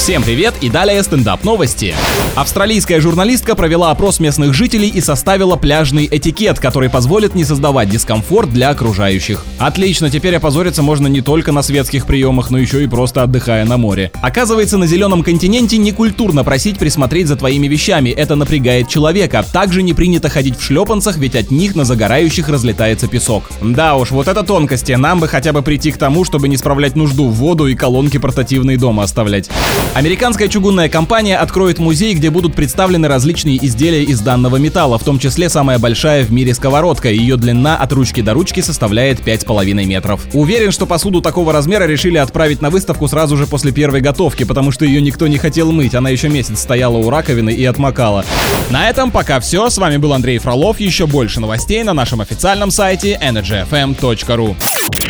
Всем привет и далее стендап-новости. Австралийская журналистка провела опрос местных жителей и составила пляжный этикет, который позволит не создавать дискомфорт для окружающих. Отлично, теперь опозориться можно не только на светских приемах, но еще и просто отдыхая на море. Оказывается, на зеленом континенте некультурно просить присмотреть за твоими вещами, это напрягает человека. Также не принято ходить в шлепанцах, ведь от них на загорающих разлетается песок. Да уж, вот это тонкости, нам бы хотя бы прийти к тому, чтобы не справлять нужду в воду и колонки портативные дома оставлять. Американская чугунная компания откроет музей, где будут представлены различные изделия из данного металла, в том числе самая большая в мире сковородка. Ее длина от ручки до ручки составляет 5,5 метров. Уверен, что посуду такого размера решили отправить на выставку сразу же после первой готовки, потому что ее никто не хотел мыть, она еще месяц стояла у раковины и отмокала. На этом пока все, с вами был Андрей Фролов, еще больше новостей на нашем официальном сайте energyfm.ru.